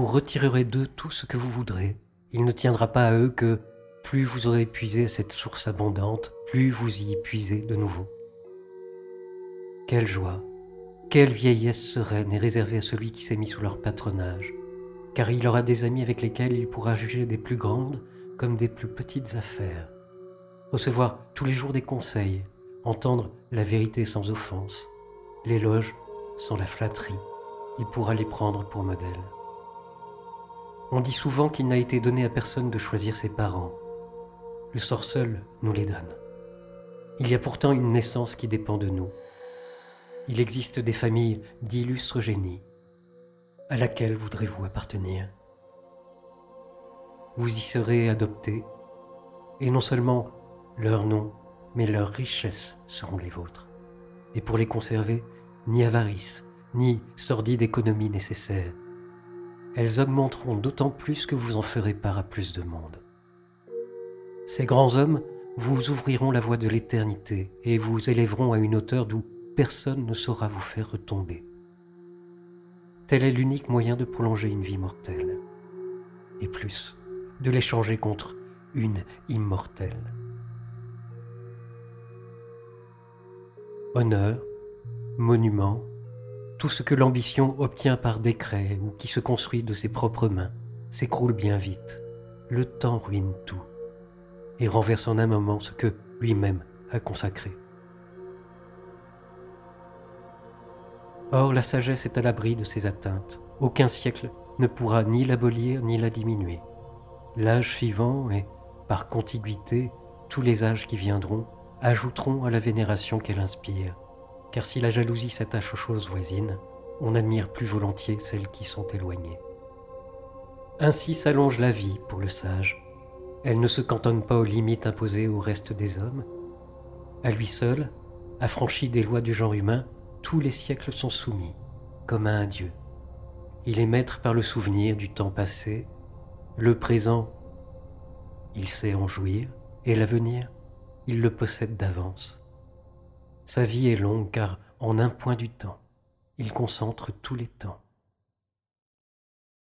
retirerez d'eux tout ce que vous voudrez. Il ne tiendra pas à eux que plus vous aurez puisé à cette source abondante, plus vous y puisez de nouveau. Quelle joie, quelle vieillesse sereine est réservée à celui qui s'est mis sous leur patronage, car il aura des amis avec lesquels il pourra juger des plus grandes comme des plus petites affaires, recevoir tous les jours des conseils, entendre la vérité sans offense, l'éloge sans la flatterie. Il pourra les prendre pour modèle. On dit souvent qu'il n'a été donné à personne de choisir ses parents. Le sort seul nous les donne. Il y a pourtant une naissance qui dépend de nous. Il existe des familles d'illustres génies. À laquelle voudrez-vous appartenir? Vous y serez adoptés, et non seulement leur nom, mais leurs richesses seront les vôtres. Et pour les conserver, ni avarice, ni sordide économie nécessaire. Elles augmenteront d'autant plus que vous en ferez part à plus de monde. Ces grands hommes vous ouvriront la voie de l'éternité et vous élèveront à une hauteur d'où personne ne saura vous faire retomber. Tel est l'unique moyen de prolonger une vie mortelle, et plus, de l'échanger contre une immortelle. Honneur, monument, tout ce que l'ambition obtient par décret ou qui se construit de ses propres mains s'écroule bien vite. Le temps ruine tout et renverse en un moment ce que lui-même a consacré. Or, la sagesse est à l'abri de ces atteintes. Aucun siècle ne pourra ni l'abolir ni la diminuer. L'âge suivant et, par contiguïté, tous les âges qui viendront ajouteront à la vénération qu'elle inspire. Car si la jalousie s'attache aux choses voisines, on admire plus volontiers celles qui sont éloignées. Ainsi s'allonge la vie pour le sage. Elle ne se cantonne pas aux limites imposées au reste des hommes. À lui seul, affranchi des lois du genre humain, tous les siècles sont soumis, comme à un dieu. Il est maître par le souvenir du temps passé, le présent, il sait en jouir, et l'avenir, il le possède d'avance. Sa vie est longue car, en un point du temps, il concentre tous les temps.